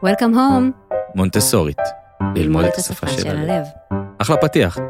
Welcome home. מונטסורית. ללמוד את השפה של הלב. אחלה פתיח.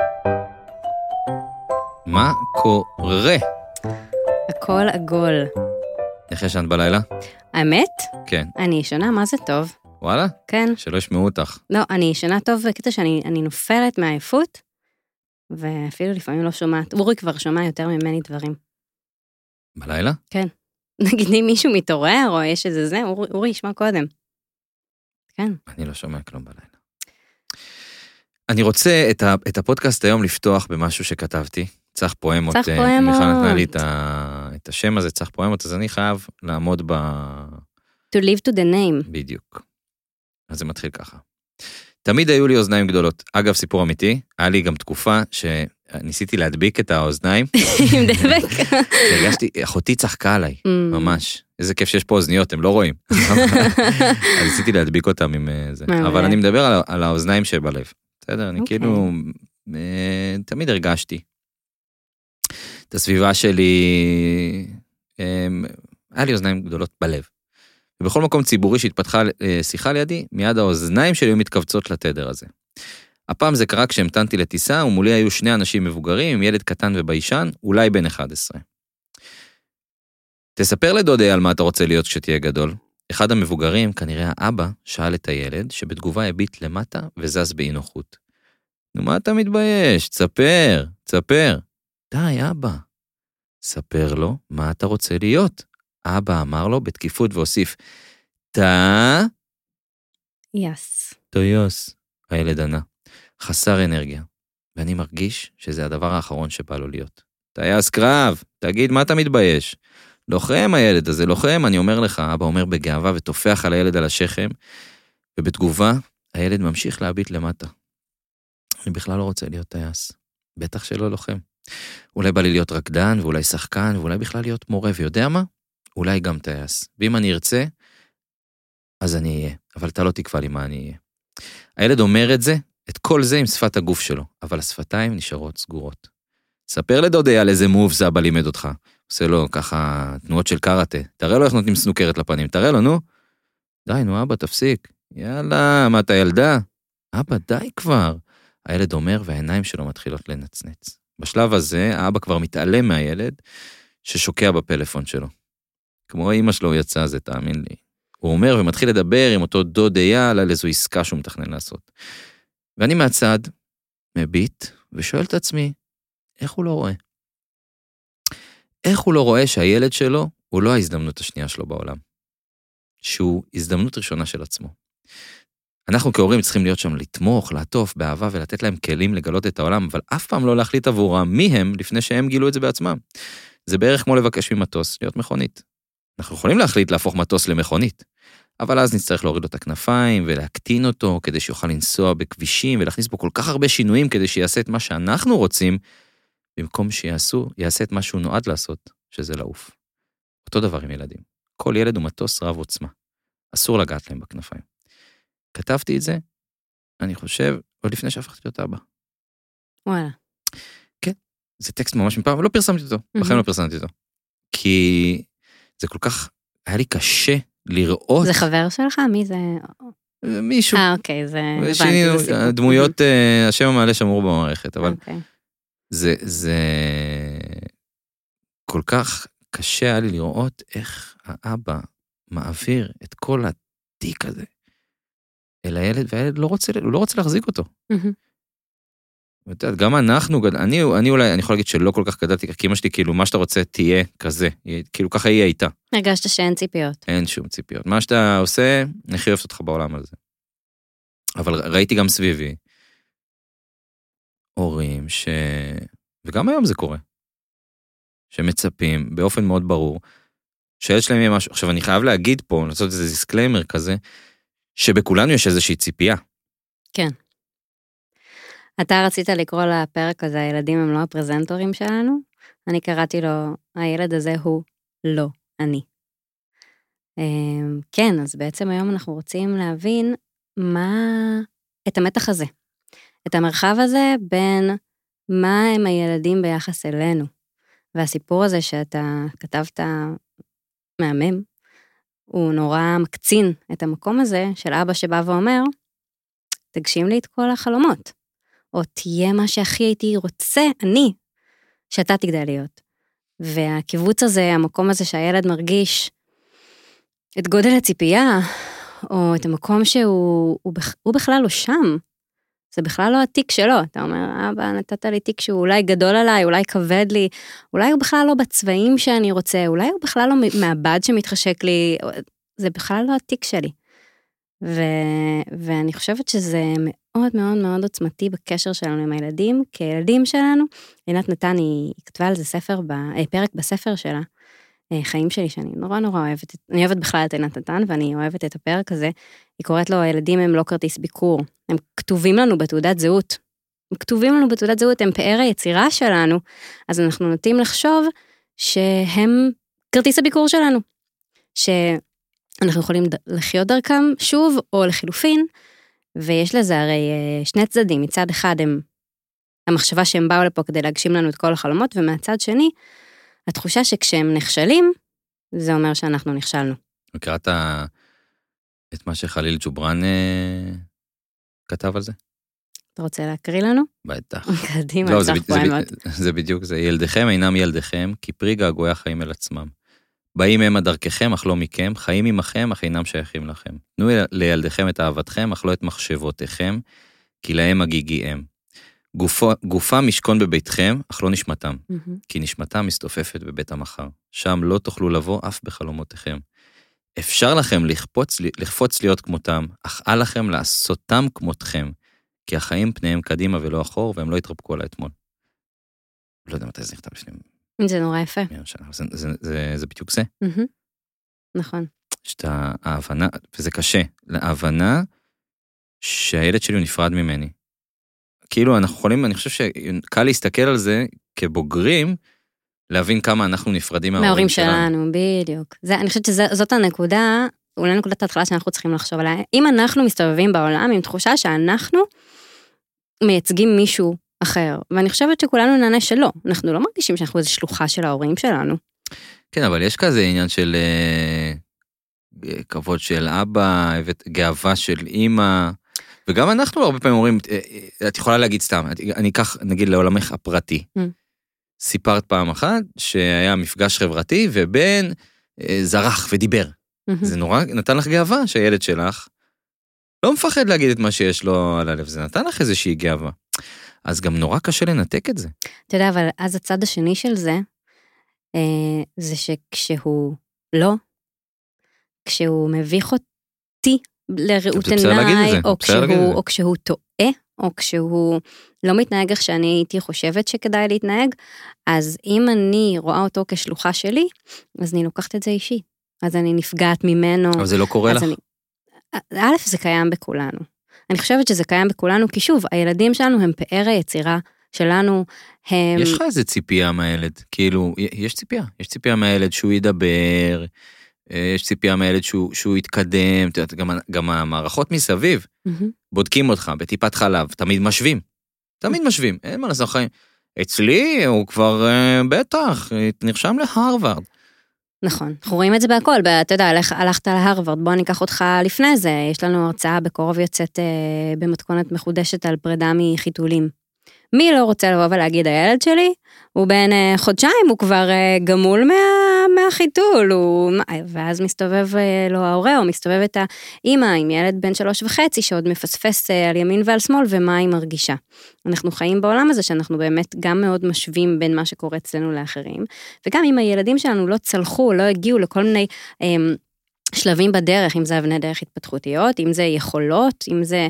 מה קורה? הכל עגול. איך ישנת בלילה? האמת? כן. אני ישנה, מה זה טוב? וואלה? כן. שלא ישמעו אותך. לא, אני ישנה טוב בקטע שאני נופלת מהעייפות, ואפילו לפעמים לא שומעת. אורי כבר שומע יותר ממני דברים. בלילה? כן. נגיד אם מישהו מתעורר, או יש איזה זה, אורי ישמע קודם. כן. אני לא שומע כלום בלילה. אני רוצה את הפודקאסט היום לפתוח במשהו שכתבתי. צריך פואמות. צריך פואמות. מיכל נתנה לי את השם הזה, צריך פואמות, אז אני חייב לעמוד To live to the name. בדיוק. אז זה מתחיל ככה. תמיד היו לי אוזניים גדולות. אגב, סיפור אמיתי, היה לי גם תקופה שניסיתי להדביק את האוזניים. עם דבק. הרגשתי, אחותי צחקה עליי, ממש. איזה כיף שיש פה אוזניות, הם לא רואים. אז ניסיתי להדביק אותם עם זה. אבל אני מדבר על האוזניים שבלב. בסדר? אני כאילו, תמיד הרגשתי. את הסביבה שלי, היה לי אוזניים גדולות בלב. ובכל מקום ציבורי שהתפתחה שיחה לידי, מיד האוזניים שלי היו מתכווצות לתדר הזה. הפעם זה קרה כשהמתנתי לטיסה, ומולי היו שני אנשים מבוגרים, עם ילד קטן וביישן, אולי בן 11. תספר לדודי על מה אתה רוצה להיות כשתהיה גדול. אחד המבוגרים, כנראה האבא, שאל את הילד, שבתגובה הביט למטה וזז באי נוחות. נו, מה אתה מתבייש? תספר. די, אבא. ספר לו מה אתה רוצה להיות. אבא אמר לו בתקיפות והוסיף, טויוס. הילד ענה, חסר אנרגיה, ואני מרגיש שזה הדבר האחרון שבא לו להיות. טייס קרב, תגיד מה אתה מתבייש? לוחם הילד הזה, לוחם, אני אומר לך, אבא אומר בגאווה ותופח על הילד על השכם, ובתגובה הילד ממשיך להביט למטה. אני בכלל לא רוצה להיות טייס, בטח שלא לוחם. אולי בא לי להיות רקדן, ואולי שחקן, ואולי בכלל להיות מורה, ויודע מה? אולי גם טייס. ואם אני ארצה, אז אני אהיה. אבל אתה לא תקבע לי מה אני אהיה. הילד אומר את כל זה עם שפת הגוף שלו, אבל השפתיים נשארות סגורות. ספר לדודי על איזה מוב זה אבא לימד אותך. עושה לו ככה תנועות של קראטה. תראה לו איך נותנים סנוקרת לפנים. תראה לו, נו. די, נו אבא, תפסיק. יאללה, מה אתה ילדה? אבא, די כבר. הילד אומר והעיניים שלו מתחילות לנצנץ. בשלב הזה, האבא כבר מתעלם מהילד ששוקע בפלאפון שלו. כמו אמא שלו יצא זה, תאמין לי. הוא אומר ומתחיל לדבר עם אותו דוד אייל על איזו עסקה שהוא מתכנן לעשות. ואני מהצד מביט ושואל את עצמי, איך הוא לא רואה? איך הוא לא רואה שהילד שלו הוא לא ההזדמנות השנייה שלו בעולם? שהוא הזדמנות ראשונה של עצמו. אנחנו כהורים צריכים להיות שם לתמוך, לעטוף, באהבה ולתת להם כלים לגלות את העולם, אבל אף פעם לא להחליט עבורם מי הם לפני שהם גילו את זה בעצמם. זה בערך כמו לבקש ממטוס להיות מכונית. אנחנו יכולים להחליט להפוך מטוס למכונית, אבל אז נצטרך להוריד לו את הכנפיים ולהקטין אותו כדי שיוכל לנסוע בכבישים ולהכניס בו כל כך הרבה שינויים כדי שיעשה את מה שאנחנו רוצים, במקום יעשה את מה שהוא נועד לעשות, שזה לעוף. אותו דבר עם ילדים. כל ילד הוא מטוס רב עוצמה. אסור לגעת להם בכנפיים. כתבתי את זה, אני חושב, עוד לפני שהפכתי להיות אבא. וואלה. כן, זה טקסט ממש מפעם, לא פרסמתי אותו, בחיים לא פרסמתי אותו. כי זה כל כך, היה לי קשה לראות. זה חבר שלך? מי זה? מישהו. אוקיי, זה... דמויות, השם המעלה שמור במערכת, אבל זה כל כך קשה היה לי לראות איך האבא מעביר את כל התיק הזה אל הילד, והילד הוא לא רוצה להחזיק אותו. גם אנחנו, אני יכול להגיד שלא כל כך גדלתי, כי אמא שלי כאילו, מה שאתה רוצה תהיה כזה, כאילו ככה יהיה איתה. הרגשת שאין ציפיות. אין שום ציפיות. מה שאתה עושה, אני חייבת אותך בעולם על זה. אבל ראיתי גם סביבי, הורים וגם היום זה קורה, שמצפים באופן מאוד ברור, שילד שלהם יהיה משהו. עכשיו אני חייב להגיד פה, לעשות איזה דיסקליימר כזה, שבכולנו יש איזושהי ציפייה. כן. אתה רצית לקרוא לפרק הזה, הילדים הם לא הפרזנטורים שלנו? אני קראתי לו, הילד הזה הוא לא אני. כן, אז בעצם היום אנחנו רוצים להבין את המתח הזה. את המרחב הזה בין מה הם הילדים ביחס אלינו. והסיפור הזה שאתה כתבת מהמם, הוא נורא מקצין את המקום הזה של אבא שבא ואומר, תגשים לי את כל החלומות, או תהיה מה שהכי הייתי רוצה, אני, שאתה תגדל להיות. והקיבוץ הזה, המקום הזה שהילד מרגיש את גודל הציפייה, או את המקום שהוא בכלל לא שם, זה בכלל לא התיק שלו, אתה אומר, אבא, נתת לי תיק שהוא אולי גדול עליי, אולי כבד לי, אולי הוא בכלל לא בצבעים שאני רוצה, אולי הוא בכלל לא מהבד שמתחשק לי, זה בכלל לא התיק שלי. ואני חושבת שזה מאוד מאוד מאוד עוצמתי בקשר שלנו עם הילדים, כי הילדים שלנו, עינת נתן, היא כתבה על זה פרק בספר שלה, חיים שלי, שאני נורא נורא אוהבת, אני אוהבת בכלל את עינת נתן, ואני אוהבת את הפרק הזה, היא קוראת לו, הילדים הם לא כרטיס ביקור, הם כתובים לנו בתעודת זהות, הם פאר היצירה שלנו, אז אנחנו נוטים לחשוב שהם כרטיס הביקור שלנו, שאנחנו יכולים לחיות דרכם שוב, או לחילופין, ויש לזה הרי שני צדדים, מצד אחד הם, המחשבה שהם באו לפה כדי להגשים לנו את כל החלומות, ומהצד שני, התחושה שכשהם נכשלים, זה אומר שאנחנו נכשלנו. מכירת את מה שחליל ג'ובראן כתב על זה? אתה רוצה להקריא לנו? בטח. קדימה, לא, צריך פואמות. זה בדיוק זה. ילדיכם אינם ילדיכם, כי פרי געגועי החיים אל עצמם. באים הם דרככם, אך לא מכם, חיים עמכם, אך אינם שייכים לכם. תנו לילדיכם את אהבתכם, אך לא את מחשבותיכם, כי להם הגיגיהם. גופם משכון בביתכם, אך לא נשמתם, כי נשמתם מסתופפת בבית המחר. שם לא תוכלו לבוא אף בחלומותיכם. אפשר לכם לחפוץ להיות כמותם, אך אל לכם לעשותם כמותכם, כי החיים פניהם קדימה ולא אחור, והם לא יתרפקו על האתמול. לא יודע מתי זה נכתב לפני. זה נורא יפה. זה בדיוק זה. נכון. שאתה ההבנה, וזה קשה, להבנה שהילד שלי הוא נפרד ממני. כאילו אנחנו יכולים, אני חושב שקל להסתכל על זה כבוגרים, להבין כמה אנחנו נפרדים מההורים שלנו. בדיוק. אני חושבת שזאת הנקודה, אולי נקודת ההתחלה שאנחנו צריכים לחשוב עליה. אם אנחנו מסתובבים בעולם עם תחושה שאנחנו מייצגים מישהו אחר, ואני חושבת שכולנו נענה שלא. אנחנו לא מרגישים שאנחנו איזו שלוחה של ההורים שלנו. כן, אבל יש כזה עניין של כבוד של אבא, גאווה של אמא, וגם אנחנו הרבה פעמים אומרים, את יכולה להגיד סתם, אני אקח נגיד לעולמך הפרטי. סיפרת פעם אחת שהיה מפגש חברתי, ובן זרח ודיבר. זה נורא נתן לך גאווה שהילד שלך לא מפחד להגיד את מה שיש לו על הלב, זה נתן לך איזושהי גאווה. אז גם נורא קשה לנתק את זה. אתה יודע, אבל אז הצד השני של זה, זה שכשהוא לא, כשהוא מביך אותי לראות עיניי, או כשהוא טועה, או כשהוא לא מתנהג איך שאני הייתי חושבת שכדאי להתנהג, אז אם אני רואה אותו כשלוחה שלי, אז אני לוקחת את זה אישי. אז אני נפגעת ממנו. אבל זה לא קורה לך? א', זה קיים בכולנו. אני חושבת שזה קיים בכולנו, כי שוב, הילדים שלנו הם פאר היצירה שלנו, הם... יש לך איזה ציפייה מהילד? כאילו, יש ציפייה מהילד שהוא ידבר, יש ציפייה מהילד שהוא יתקדם, גם המערכות מסביב, בודקים אותך בטיפת חלב, תמיד משווים, אין מה לעשות חיים. אצלי הוא כבר בטח, נרשם להרווארד. נכון, אנחנו רואים את זה בהכל, אתה יודע, הלכת להרווארד, בוא ניקח אותך לפני זה, יש לנו הרצאה בקרוב יוצאת במתכונת מחודשת על פרידה מחיתולים. מי לא רוצה לבוא ולהגיד, הילד שלי, הוא בין חודשיים, הוא כבר גמול מהחיתול, ואז מסתובב לו ההורה, או מסתובבת האמא עם ילד בן 3.5, שעוד מפספס על ימין ועל שמאל, ומה היא מרגישה. אנחנו חיים בעולם הזה, שאנחנו באמת גם מאוד משווים בין מה שקורה אצלנו לאחרים, וגם אם הילדים שלנו לא צלחו, לא הגיעו לכל מיני שלבים בדרך, אם זה אבני דרך התפתחותיות, אם זה יכולות, אם זה...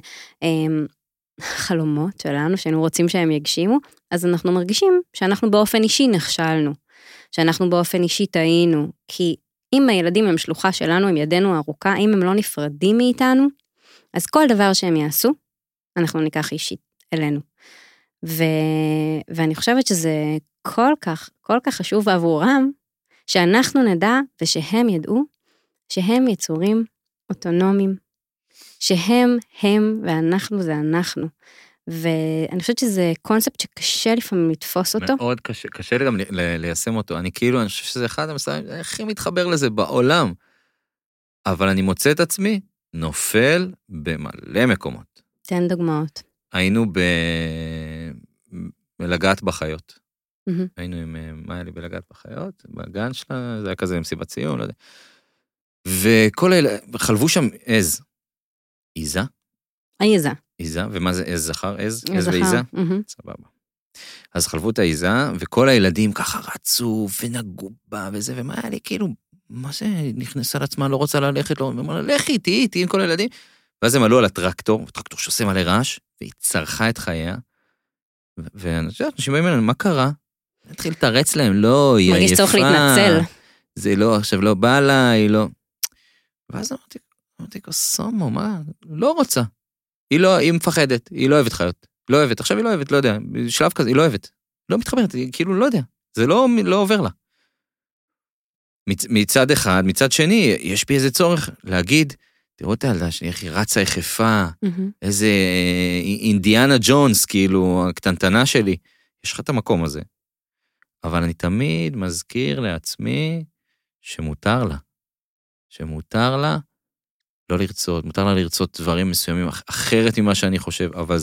חלומות שלנו, שהיינו רוצים שהם יגשימו, אז אנחנו מרגישים שאנחנו באופן אישי נכשלנו, שאנחנו באופן אישי טעינו, כי אם הילדים הם שלוחה שלנו, הם ידינו ארוכה, אם הם לא נפרדים מאיתנו, אז כל דבר שהם יעשו, אנחנו ניקח אישית אלינו. ואני חושבת שזה כל כך חשוב עבורם, שאנחנו נדע ושהם ידעו, שהם יצורים אוטונומיים, שהם ואנחנו זה אנחנו. ואני חושבת שזה קונספט שקשה לפעמים לתפוס אותו. מאוד קשה גם ליישם אותו. אני חושב שזה אחד המסעים הכי מתחבר לזה בעולם. אבל אני מוצא את עצמי נופל במלא מקומות. תן דוגמאות. היינו בלגעת בחיות. היינו עם מאלי בלגעת בחיות, בגן שלה, זה היה כזה מסיבת ציון, לא יודע. וכל אלה, חלבו שם עז. עיזה? עיזה. עיזה, ומה זה עז זכר? עז זכר. ועיזה? סבבה. אז חלבו את העיזה, וכל הילדים ככה רצו ונגעו בה וזה, ומה היה לי כאילו, מה זה, נכנסה לעצמה, לא רוצה ללכת, לא, ואמרה, לכי, תהי עם כל הילדים. ואז הם עלו על הטרקטור שעושה מלא רעש, והיא צרחה את חייה, ואנשים באים אלינו, מה קרה? התחיל לתרץ להם, לא, היא עייפה. מרגיש צורך להתנצל. זה לא, עכשיו לא בא לה, היא לא. ואז אמרתי, סומו, מה? לא רוצה. היא מפחדת, היא לא אוהבת חיות. לא אוהבת, עכשיו היא לא אוהבת, לא יודע. בשלב כזה, היא לא אוהבת. לא מתחברת, היא כאילו לא יודע. זה לא עובר לה. מצד אחד, מצד שני, יש בי איזה צורך להגיד, תראו את הילדה שלי, איך היא רצה יחפה, איזה אינדיאנה ג'ונס, כאילו, הקטנטנה שלי. יש לך את המקום הזה. אבל אני תמיד מזכיר לעצמי שמותר לה. שמותר לה לא לרצות, מותר לה לרצות דברים מסוימים אחרת ממה שאני חושב, אבל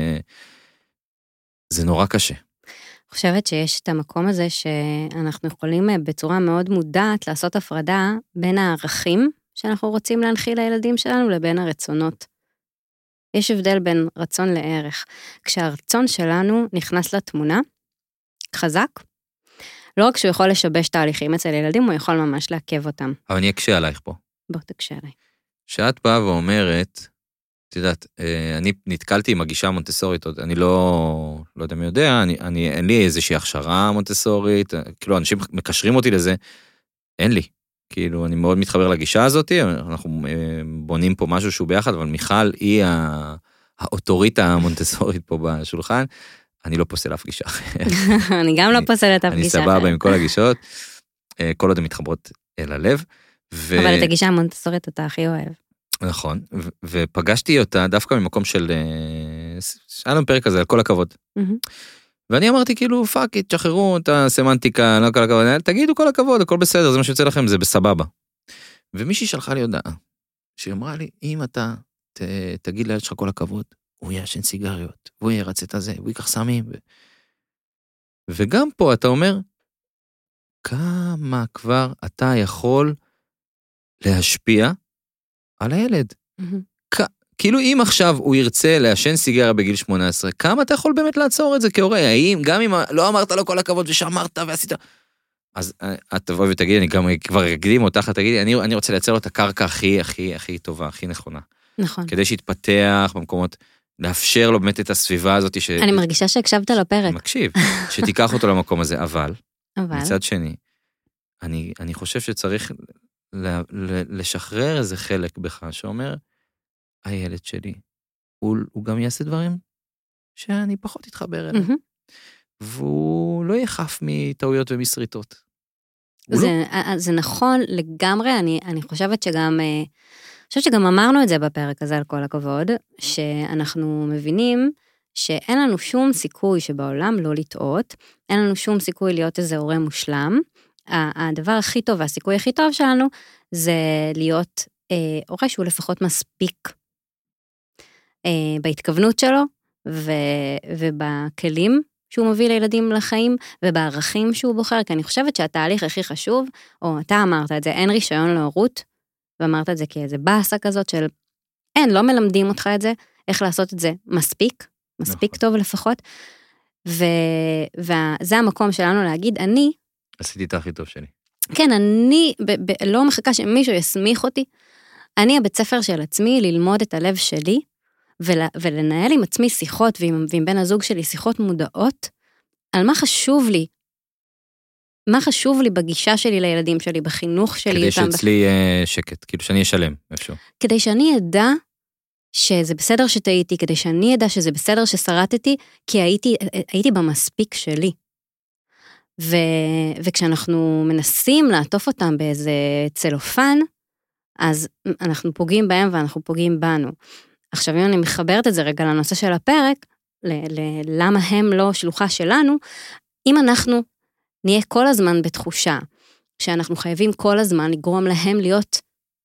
זה נורא קשה. אני חושבת שיש את המקום הזה שאנחנו יכולים בצורה מאוד מודעת לעשות הפרדה בין הערכים שאנחנו רוצים להנחיל לילדים שלנו לבין הרצונות. יש הבדל בין רצון לערך. כשהרצון שלנו נכנס לתמונה, חזק, לא רק שהוא יכול לשבש תהליכים אצל ילדים, הוא יכול ממש לעכב אותם. אבל אני אקשה עלייך פה. בוא תקשה עליי. שאת באה ואומרת, את יודעת, אני נתקלתי עם הגישה המונטסורית, אני לא יודע מי יודע, אין לי איזושהי הכשרה מונטסורית, כאילו אנשים מקשרים אותי לזה, אין לי. כאילו אני מאוד מתחבר לגישה הזאת, אנחנו בונים פה משהו שהוא ביחד, אבל מיכל היא האוטוריטה המונטסורית פה בשולחן, אני לא פוסל אף גישה אחרת. אני גם לא פוסלת אף גישה אחרת. אני סבבה עם כל הגישות, כל עוד הן מתחברות אל הלב. אבל את הגישה המונטסורית אתה הכי אוהב. נכון, ופגשתי אותה דווקא ממקום של, שהיה לנו פרק הזה, על כל הכבוד. ואני אמרתי כאילו, פאק, תשחררו את הסמנטיקה, לא כל הכבוד, תגידו כל הכבוד, הכל בסדר, זה מה שיוצא לכם, זה בסבבה. ומישהי שלחה לי הודעה, שהיא אמרה לי, אם אתה תגיד לילד שלך כל הכבוד, הוא יעשן סיגריות, והוא ירצה את הזה, הוא ייקח סמים. וגם פה אתה אומר, כמה כבר אתה יכול להשפיע על הילד. כאילו אם עכשיו הוא ירצה לעשן סיגריה בגיל 18, כמה אתה יכול באמת לעצור את זה כהורה? האם גם אם לא אמרת לו כל הכבוד ושאמרת ועשית, אז את תבואי ותגיד, אני גם כבר אקדים אותך, תגידי, אני רוצה לייצר לו את הקרקע הכי טובה, הכי נכונה. נכון. כדי שיתפתח במקומות, לאפשר לו באמת את הסביבה הזאת. אני מרגישה שהקשבת לפרק. מקשיב, שתיקח אותו למקום הזה, אבל מצד שני, אני חושב שצריך לשחרר איזה חלק בך, שאומר, הילד שלי, הוא גם יעשה דברים שאני פחות אתחבר אליהם. והוא לא יחף מטעויות ומסריטות. זה נכון לגמרי, אני חושבת שגם אמרנו את זה בפרק הזה על כל הכבוד, שאנחנו מבינים שאין לנו שום סיכוי שבעולם לא לטעות, אין לנו שום סיכוי להיות איזה הורה מושלם, הדבר הכי טוב והסיכוי הכי טוב שלנו זה להיות הורה שהוא לפחות מספיק בהתכוונות שלו ובכלים שהוא מביא לילדים לחיים ובערכים שהוא בוחר, כי אני חושבת שהתהליך הכי חשוב, או אתה אמרת את זה, אין רישיון להורות, ואמרת את זה כאיזה באסה כזאת של אין, לא מלמדים אותך את זה, איך לעשות את זה מספיק טוב לפחות, וזה המקום שלנו להגיד, אני עשיתי את הכי טוב שלי. כן, אני לא מחכה שמישהו יסמיך אותי, אני הבית ספר של עצמי, ללמוד את הלב שלי, ולנהל עם עצמי שיחות, ועם בן הזוג שלי שיחות מודעות, על מה חשוב לי בגישה שלי לילדים שלי, בחינוך שלי. כדי שאצלי שקט, כאילו שאני אשלם איפשהו. כדי שאני אדע שזה בסדר שטעיתי, כדי שאני אדע שזה בסדר ששרטתי, כי הייתי במספיק שלי. וכשאנחנו מנסים לעטוף אותם באיזה צלופן, אז אנחנו פוגעים בהם ואנחנו פוגעים בנו. עכשיו, אם אני מחברת את זה רגע לנושא של הפרק, למה הם לא שלוחה שלנו, אם אנחנו נהיה כל הזמן בתחושה, שאנחנו חייבים כל הזמן לגרום להם להיות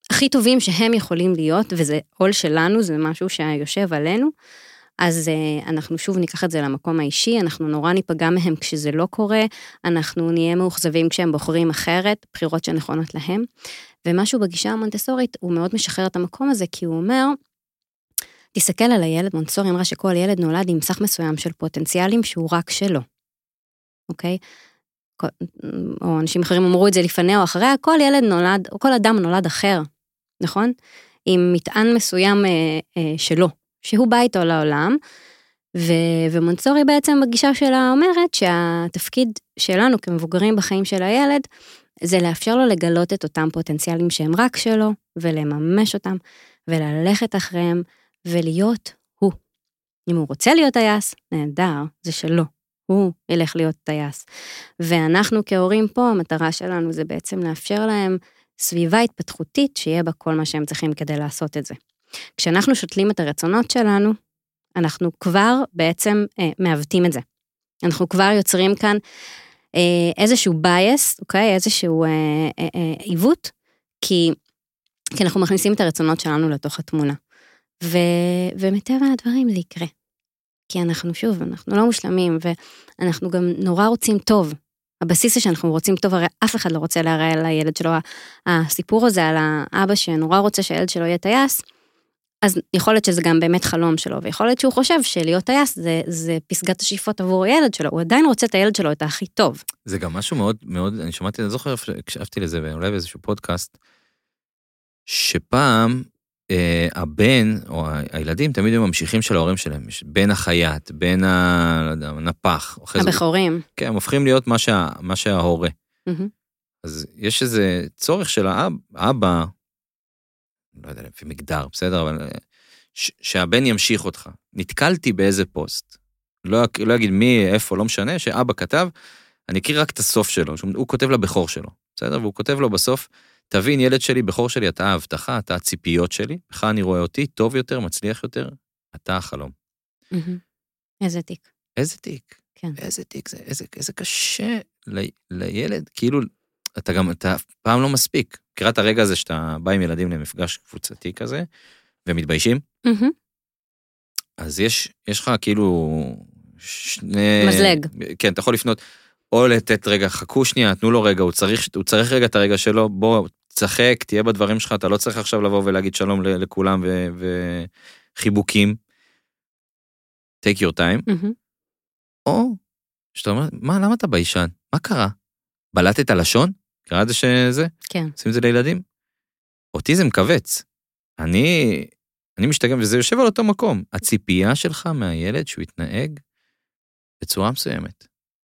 הכי טובים שהם יכולים להיות, וזה עול שלנו, זה משהו שיושב עלינו, אז אנחנו שוב ניקח את זה למקום האישי, אנחנו נורא ניפגע מהם כשזה לא קורה, אנחנו נהיה מאוכזבים כשהם בוחרים אחרת, בחירות שנכונות להם, ומשהו בגישה המונטסורית, הוא מאוד משחרר את המקום הזה, כי הוא אומר, תסתכל על הילד, מונטסורי אמרה שכל ילד נולד עם סך מסוים של פוטנציאלים שהוא רק שלו, אוקיי? או אנשים אחרים אמרו את זה לפני או אחריה, כל ילד נולד, או כל אדם נולד אחר, נכון? עם מטען מסוים שלו, שהוא בא איתו לעולם, ומונטסורי בעצם בגישה שלה אומרת שהתפקיד שלנו כמבוגרים בחיים של הילד, זה לאפשר לו לגלות את אותם פוטנציאלים שהם רק שלו, ולממש אותם, וללכת אחריהם, ולהיות הוא. אם הוא רוצה להיות טייס, נהדר, זה שלו. הוא ילך להיות טייס. ואנחנו כהורים פה, המטרה שלנו זה בעצם לאפשר להם סביבה התפתחותית, שיהיה בה כל מה שהם צריכים כדי לעשות את זה. כשאנחנו שותלים את הרצונות שלנו, אנחנו כבר בעצם מעוותים את זה. אנחנו כבר יוצרים כאן איזשהו bias, אוקיי? איזשהו עיוות, כי אנחנו מכניסים את הרצונות שלנו לתוך התמונה. ומטבע הדברים זה יקרה. כי אנחנו שוב, אנחנו לא מושלמים, ואנחנו גם נורא רוצים טוב. הבסיס שאנחנו רוצים טוב, הרי אף אחד לא רוצה להראה על הילד שלו, הסיפור הזה על האבא שנורא רוצה שהילד שלו יהיה טייס, אז יכול להיות שזה גם באמת חלום שלו, ויכול להיות שהוא חושב שלהיות טייס זה פסגת השאיפות עבור הילד שלו, הוא עדיין רוצה את הילד שלו את הכי טוב. זה גם משהו מאוד, מאוד, אני שמעתי, אני זוכר, הקשבתי לזה, ואולי באיזשהו פודקאסט, שפעם הבן או הילדים תמיד הם ממשיכים של ההורים שלהם, בין החייט, בין הנפח. הבחורים. כן, הם הופכים להיות מה שההורה. אז יש איזה צורך של האבא, לא יודע, לפי מגדר, בסדר, אבל שהבן ימשיך אותך. נתקלתי באיזה פוסט, לא אגיד מי, איפה, לא משנה, שאבא כתב, אני אקריא רק את הסוף שלו, הוא כותב לבחור שלו, בסדר? והוא כותב לו בסוף, תבין, ילד שלי, בחור שלי, אתה ההבטחה, אתה הציפיות שלי, לך אני רואה אותי, טוב יותר, מצליח יותר, אתה החלום. איזה תיק. איזה תיק. כן. איזה תיק, איזה קשה לילד, כאילו, אתה פעם לא מספיק. קרא את הרגע הזה שאתה בא עם ילדים למפגש קבוצתי כזה, ומתביישים. אז יש לך כאילו שני... מזלג. כן, אתה יכול לפנות, או לתת רגע, חכו שנייה, תנו לו רגע, הוא צריך רגע את הרגע שלו, בוא, צחק, תהיה בדברים שלך, אתה לא צריך עכשיו לבוא ולהגיד שלום לכולם וחיבוקים. take your time. או, שאתה אומר, למה אתה ביישן? מה קרה? בלטת הלשון? קרא את זה שזה? כן. עושים את זה לילדים? אוטיזם כבץ. אני משתגע, וזה יושב על אותו מקום. הציפייה שלך מהילד שהוא יתנהג בצורה מסוימת.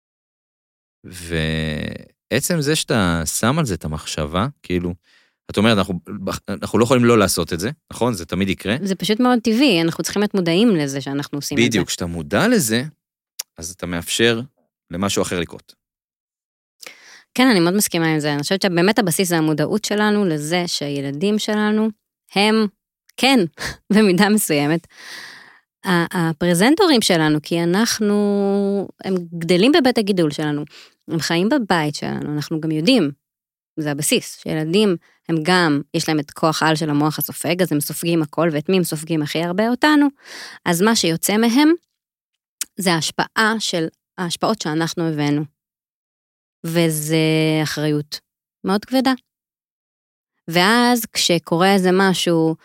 ועצם זה שאתה שם על זה את המחשבה, כאילו, את אומרת, אנחנו לא יכולים לא לעשות את זה, נכון? זה תמיד יקרה. זה פשוט מאוד טבעי, אנחנו צריכים להיות מודעים לזה שאנחנו עושים את זה. בדיוק, כשאתה מודע לזה, אז אתה מאפשר למשהו אחר לקרות. כן, אני מאוד מסכימה עם זה. אני חושבת שבאמת הבסיס זה המודעות שלנו לזה שהילדים שלנו הם, כן, במידה מסוימת, הפרזנטורים שלנו, כי הם גדלים בבית הגידול שלנו, הם חיים בבית שלנו, אנחנו גם יודעים, זה הבסיס, שילדים הם גם, יש להם את כוח העל של המוח הסופג, אז הם סופגים הכל, ואת מי הם סופגים הכי הרבה אותנו, אז מה שיוצא מהם, זה ההשפעות שאנחנו הבאנו. וזה אחריות מאוד כבדה. ואז כשקורה איזה משהו,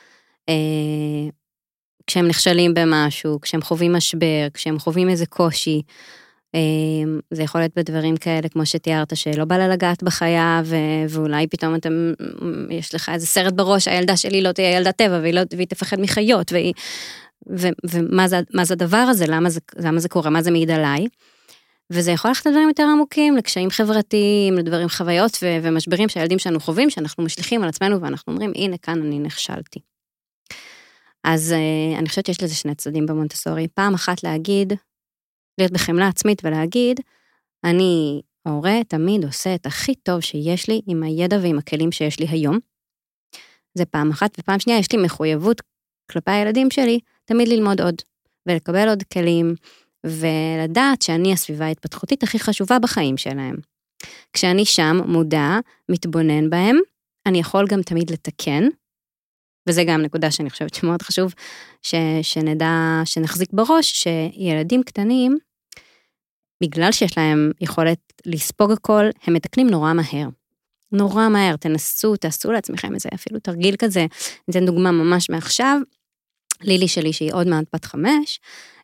כשהם נכשלים במשהו, כשהם חווים משבר, כשהם חווים איזה קושי, זה יכול להיות בדברים כאלה, כמו שתיארת, שלא בא לה לגעת בחיה, ואולי פתאום יש לך איזה סרט בראש, הילדה שלי לא תהיה ילדת טבע, והיא תפחד מחיות, ומה זה הדבר הזה, למה זה קורה, מה זה מעיד עליי, וזה יכול ללכת לדברים יותר עמוקים, לקשיים חברתיים, לדברים חוויות ומשברים שהילדים שלנו חווים, שאנחנו משליכים על עצמנו, ואנחנו אומרים, הנה כאן אני נכשלתי. אז אני חושבת שיש לזה שני צדדים במונטסורי. פעם אחת להגיד, להיות בחמלה עצמית ולהגיד, אני ההורה תמיד עושה את הכי טוב שיש לי עם הידע ועם הכלים שיש לי היום. זה פעם אחת, ופעם שנייה יש לי מחויבות כלפי הילדים שלי, תמיד ללמוד עוד, ולקבל עוד כלים, ולדעת שאני הסביבה ההתפתחותית הכי חשובה בחיים שלהם. כשאני שם מודע, מתבונן בהם, אני יכול גם תמיד לתקן, וזה גם נקודה שאני חושבת שמאוד חשוב, שנדע, שנחזיק בראש, שילדים קטנים, בגלל שיש להם יכולת לספוג הכל, הם מתקנים נורא מהר. נורא מהר, תעשו לעצמכם איזה אפילו תרגיל כזה, ניתן דוגמה ממש מעכשיו, לילי שלי שהיא עוד מעט בת 5,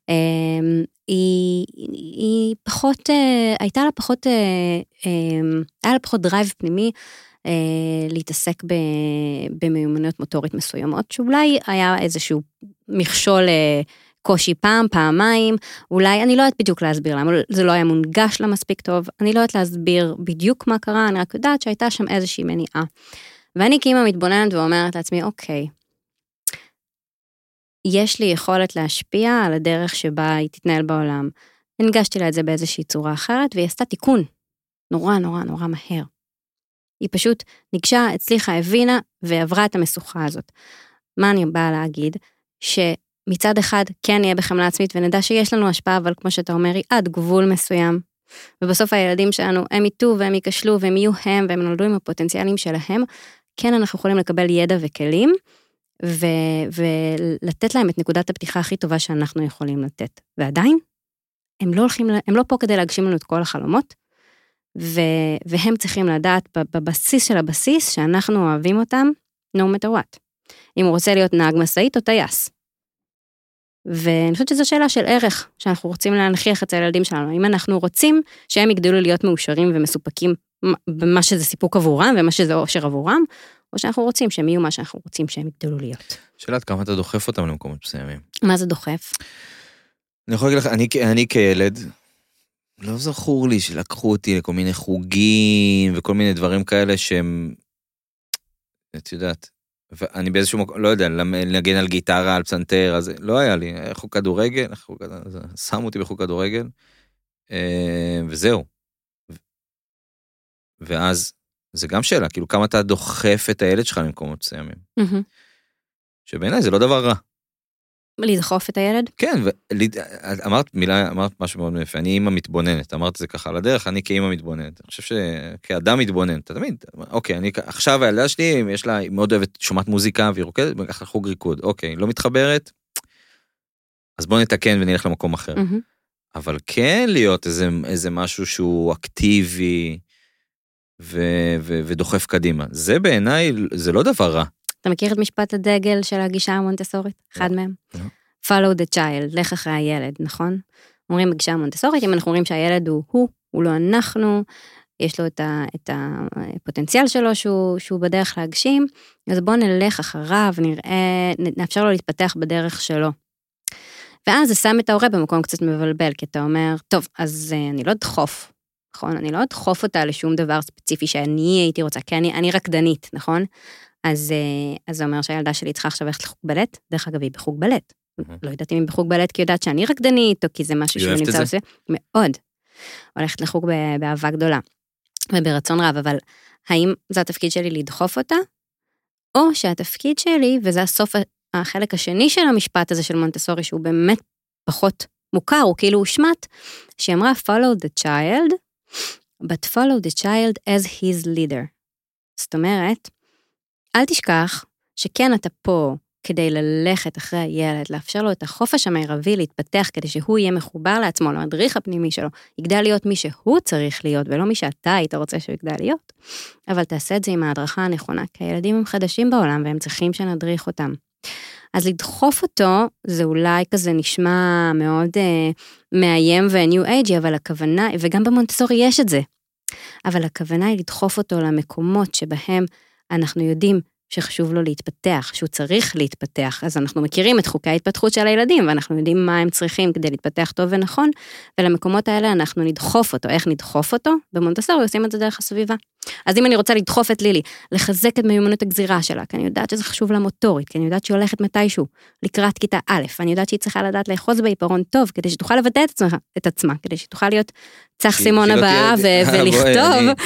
היא פחות, הייתה לה פחות, היה לה פחות דרייב פנימי, להתעסק במיומנויות מוטורית מסוימות, שאולי היה איזשהו מכשול קושי פעם, פעמיים, אולי, אני לא יודעת בדיוק להסביר למה, זה לא היה מונגש לה מספיק טוב, אני לא יודעת להסביר בדיוק מה קרה, אני רק יודעת שהייתה שם איזושהי מניעה. ואני כאמא מתבוננת ואומרת לעצמי, אוקיי, יש לי יכולת להשפיע על הדרך שבה היא תתנהל בעולם. הנגשתי לה את זה באיזושהי צורה אחרת, והיא עשתה תיקון נורא נורא נורא מהר. היא פשוט ניגשה, הצליחה, הבינה, ועברה את המשוכה הזאת. מה אני באה להגיד? שמצד אחד כן נהיה בחמלה עצמית, ונדע שיש לנו השפעה, אבל כמו שאתה אומר, היא עד גבול מסוים. ובסוף הילדים שלנו, הם יטו והם ייכשלו, והם יהיו הם, והם נולדו עם הפוטנציאלים שלהם. כן, אנחנו יכולים לקבל ידע וכלים, ולתת להם את נקודת הפתיחה הכי טובה שאנחנו יכולים לתת. ועדיין, הם לא פה כדי להגשים לנו את כל החלומות, והם צריכים לדעת בבסיס של הבסיס, שאנחנו אוהבים אותם, no matter what. אם הוא רוצה להיות נהג מסעית או טייס. ואני חושבת שזו שאלה של ערך, שאנחנו רוצים להנכיח את הילדים שלנו. אם אנחנו רוצים שהם יגדלו להיות מאושרים ומסופקים במה שזה סיפוק עבורם, ומה שזה אושר עבורם, או שאנחנו רוצים שהם יהיו מה שאנחנו רוצים שהם יגדלו להיות. שאלת כמה אתה דוחף אותם למקומות מסוימים. מה זה דוחף? אני יכול להגיד לך, אני כילד, לא זכור לי שלקחו אותי לכל מיני חוגים, וכל מיני דברים כאלה שהם, את יודעת, ואני באיזשהו מקום, לא יודע, לנגן על גיטרה, על פסנתר, אז לא היה לי, חוג כדורגל, שמו אותי בחוג כדורגל, וזהו. ואז, זה גם שאלה, כאילו כמה אתה דוחף את הילד שלך למקומות מסוימים. שבעיניי זה לא דבר רע. לדחוף את הילד? כן, אמרת משהו מאוד יפה, אני אימא מתבוננת, אמרת זה ככה על הדרך, אני כאימא מתבוננת, אני חושב שכאדם מתבונן, אתה תמיד, אוקיי, עכשיו הילדה שלי, יש לה, היא מאוד אוהבת, שומעת מוזיקה, והיא רוקדת, וככה חוג ריקוד, אוקיי, לא מתחברת, אז בוא נתקן ונלך למקום אחר. אבל כן להיות איזה משהו שהוא אקטיבי, ודוחף קדימה. זה בעיניי, זה לא דבר רע. אתה מכיר את משפט הדגל של הגישה המונטסורית? אחד מהם? Follow the child, לך אחרי הילד, נכון? אומרים בגישה המונטסורית, אם אנחנו אומרים שהילד הוא לא אנחנו, יש לו את הפוטנציאל שלו שהוא בדרך להגשים, אז בואו נלך אחריו, נאפשר לו להתפתח בדרך שלו. ואז זה שם את ההורה במקום קצת מבלבל, כי אתה אומר, טוב, אז אני לא אדחוף, נכון? אני לא אדחוף אותה לשום דבר ספציפי שאני הייתי רוצה, כי אני רקדנית, נכון? אז זה אומר שהילדה שלי צריכה עכשיו ללכת לחוג בלט, דרך אגב היא בחוג בלט. לא יודעת אם היא בחוג בלט כי יודעת שאני רקדנית, או כי זה משהו שהוא נמצא עושה. מאוד. הולכת לחוג באהבה גדולה, וברצון רב, אבל האם זה התפקיד שלי לדחוף אותה, או שהתפקיד שלי, וזה הסוף החלק השני של המשפט הזה של מונטסורי, שהוא באמת פחות מוכר, הוא כאילו הושמט, שהיא אמרה, follow the child, but follow the child as his leader. זאת אומרת, אל תשכח שכן אתה פה כדי ללכת אחרי הילד, לאפשר לו את החופש המרבי להתפתח, כדי שהוא יהיה מחובר לעצמו, למדריך הפנימי שלו, יגדל להיות מי שהוא צריך להיות, ולא מי שאתה היית רוצה שהוא יגדל להיות. אבל תעשה את זה עם ההדרכה הנכונה, כי הילדים הם חדשים בעולם, והם צריכים שנדריך אותם. אז לדחוף אותו, זה אולי כזה נשמע מאוד מאיים וניו אייג'י, אבל הכוונה, וגם במונטסורי יש את זה, אבל הכוונה היא לדחוף אותו למקומות שבהם אנחנו יודעים שחשוב לו להתפתח, שהוא צריך להתפתח, אז אנחנו מכירים את חוקי ההתפתחות של הילדים, ואנחנו יודעים מה הם צריכים כדי להתפתח טוב ונכון, ולמקומות האלה אנחנו נדחוף אותו. איך נדחוף אותו? במונטסורי עושים את זה דרך הסביבה. אז אם אני רוצה לדחוף את לילי, לחזק את מיומנות הגזירה שלה, כי אני יודעת שזה חשוב לה מוטורית, כי אני יודעת שהיא הולכת מתישהו, לקראת כיתה א', אני יודעת שהיא צריכה לדעת לאחוז בעיפרון טוב, כדי שתוכל לבטא את עצמה, כדי שתוכל להיות צח סימון הבאה ולכתוב.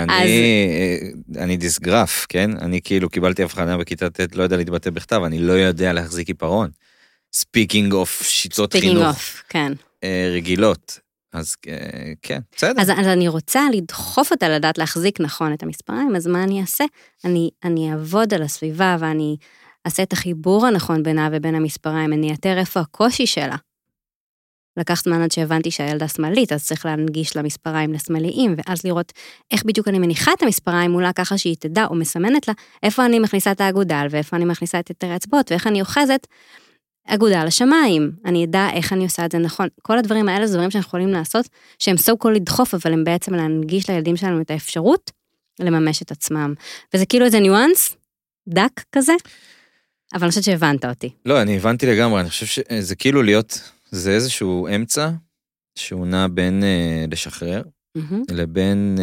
אני דיסגרף, כן? אני כאילו קיבלתי הבחנה בכיתה ט', לא יודע להתבטא בכתב, אני לא יודע להחזיק עיפרון. Speaking of שיטות חינוך רגילות. אז כן, בסדר. אז אני רוצה לדחוף אותה לדעת להחזיק נכון את המספריים, אז מה אני אעשה? אני אעבוד על הסביבה, ואני אעשה את החיבור הנכון בינה ובין המספריים, אני אתר איפה הקושי שלה. לקח זמן עד שהבנתי שהילדה שמאלית, אז צריך להנגיש למספריים לשמאליים, ואז לראות איך בדיוק אני מניחה את המספריים מולה ככה שהיא תדע, או מסמנת לה, איפה אני מכניסה את האגודל, ואיפה אני מכניסה את יתר האצבעות, ואיך אני אוחזת אגודל לשמיים. אני אדע איך אני עושה את זה נכון. כל הדברים האלה זה דברים שאנחנו יכולים לעשות, שהם so called לדחוף, אבל הם בעצם להנגיש לילדים שלנו את האפשרות לממש את עצמם. וזה כאילו איזה ניואנס, דק כזה, אבל אני חושבת שהבנת אותי. לא, אני הבנתי לגמרי, אני חושב שזה כאילו להיות, זה איזשהו אמצע, שהוא נע בין לשחרר, לבין,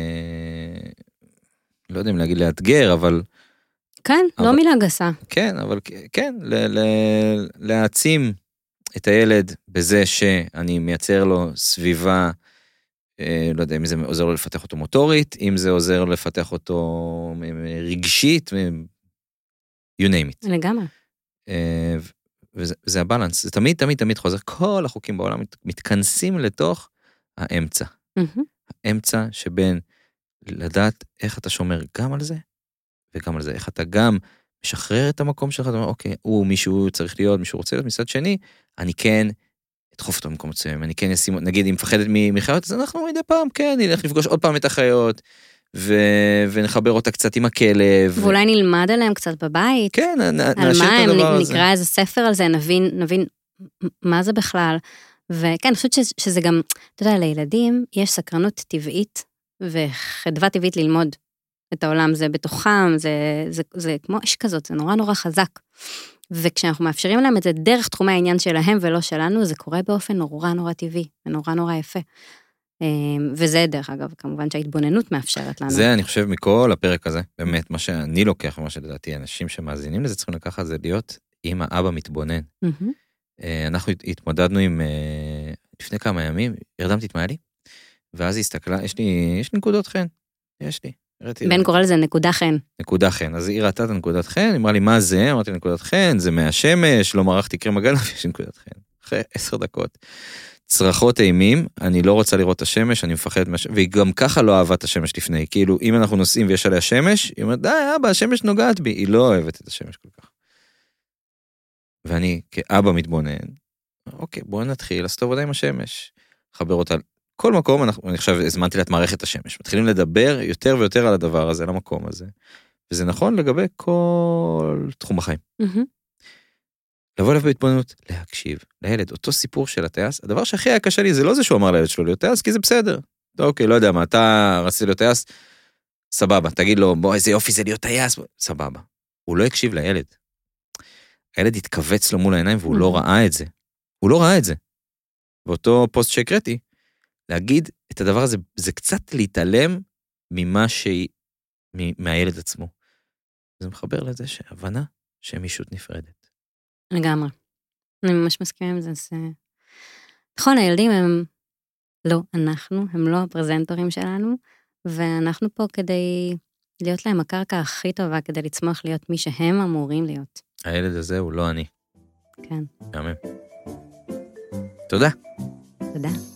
לא יודע אם להגיד לאתגר, אבל... כן, לא מילה גסה. כן, אבל כן, להעצים את הילד בזה שאני מייצר לו סביבה, לא יודע אם זה עוזר לו לפתח אותו מוטורית, אם זה עוזר לו לפתח אותו רגשית, you name it. לגמרי. וזה הבלנס, זה תמיד, תמיד, תמיד חוזר, כל החוקים בעולם מתכנסים לתוך האמצע. האמצע שבין לדעת איך אתה שומר גם על זה, וגם על זה, איך אתה גם משחרר את המקום שלך, אתה אומר, אוקיי, מישהו צריך להיות, מישהו רוצה להיות, מצד שני, אני כן אדחוף אותו במקום מסוים, אני כן אשים, נגיד, אם מפחדת מחיות, אז אנחנו מדי פעם, כן, נלך לפגוש עוד פעם את החיות, ונחבר אותה קצת עם הכלב. ואולי נלמד עליהם קצת בבית. כן, נשאיר את הדבר הזה. נקרא איזה ספר על זה, נבין מה זה בכלל. וכן, אני חושבת שזה גם, אתה יודע, לילדים יש סקרנות טבעית, וחדווה טבעית ללמוד את העולם, זה בתוכם, זה כמו אש כזאת, זה נורא נורא חזק. וכשאנחנו מאפשרים להם את זה דרך תחומי העניין שלהם ולא שלנו, זה קורה באופן נורא נורא טבעי, ונורא נורא יפה. וזה דרך אגב, כמובן שההתבוננות מאפשרת לנו. זה אני חושב מכל הפרק הזה, באמת, מה שאני לוקח, ומה שלדעתי אנשים שמאזינים לזה צריכים לקחת, זה להיות עם האבא מתבונן. אנחנו התמודדנו עם, לפני כמה ימים, הרדמתי את מעלי, ואז היא הסתכלה, יש לי נקודות חן, יש לי. בן קורא לזה נקודה חן. נקודה חן, אז היא ראתה את הנקודת חן, אמרה לי, מה זה? אמרתי, נקודת חן, זה מהשמש, לא מרחתי קרם הגנה, ויש נקודת חן. אחרי 10 דקות. צרחות אימים, אני לא רוצה לראות את השמש, אני מפחד מהשמש, והיא גם ככה לא אהבה את השמש לפני, כאילו, אם אנחנו נוסעים ויש עליה שמש, היא אומרת, די, אבא, השמש נוגעת בי, היא לא אוהבת את השמש כל כך. ואני, כאבא מתבונן, אוקיי, בואו נתחיל לעשות עבודה עם השמש, חבר אותה, כל מקום, אני חושב, הזמנתי לה את מערכת השמש, מתחילים לדבר יותר ויותר על הדבר הזה, על המקום הזה, וזה נכון לגבי כל תחום החיים. לבוא אליו בהתבוננות, להקשיב לילד, אותו סיפור של הטייס, הדבר שהכי היה קשה לי, זה לא זה שהוא אמר לילד שלו להיות טייס, כי זה בסדר. אוקיי, לא יודע מה, אתה רצית להיות טייס, סבבה, תגיד לו, בוא, איזה יופי זה להיות טייס, סבבה. הוא לא הקשיב לילד. הילד התכווץ לו מול העיניים, והוא לא ראה את זה. הוא לא ראה את זה. באותו פוסט שהקראתי, להגיד את הדבר הזה, זה קצת להתעלם מהילד עצמו. זה מחבר לזה שהבנה שמישות נפרדת. לגמרי. אני ממש מסכימה עם זה. נכון, הילדים הם לא אנחנו, הם לא הפרזנטורים שלנו, ואנחנו פה כדי להיות להם הקרקע הכי טובה, כדי לצמוח להיות מי שהם אמורים להיות. הילד הזה הוא לא אני. כן. יאמן. תודה. תודה.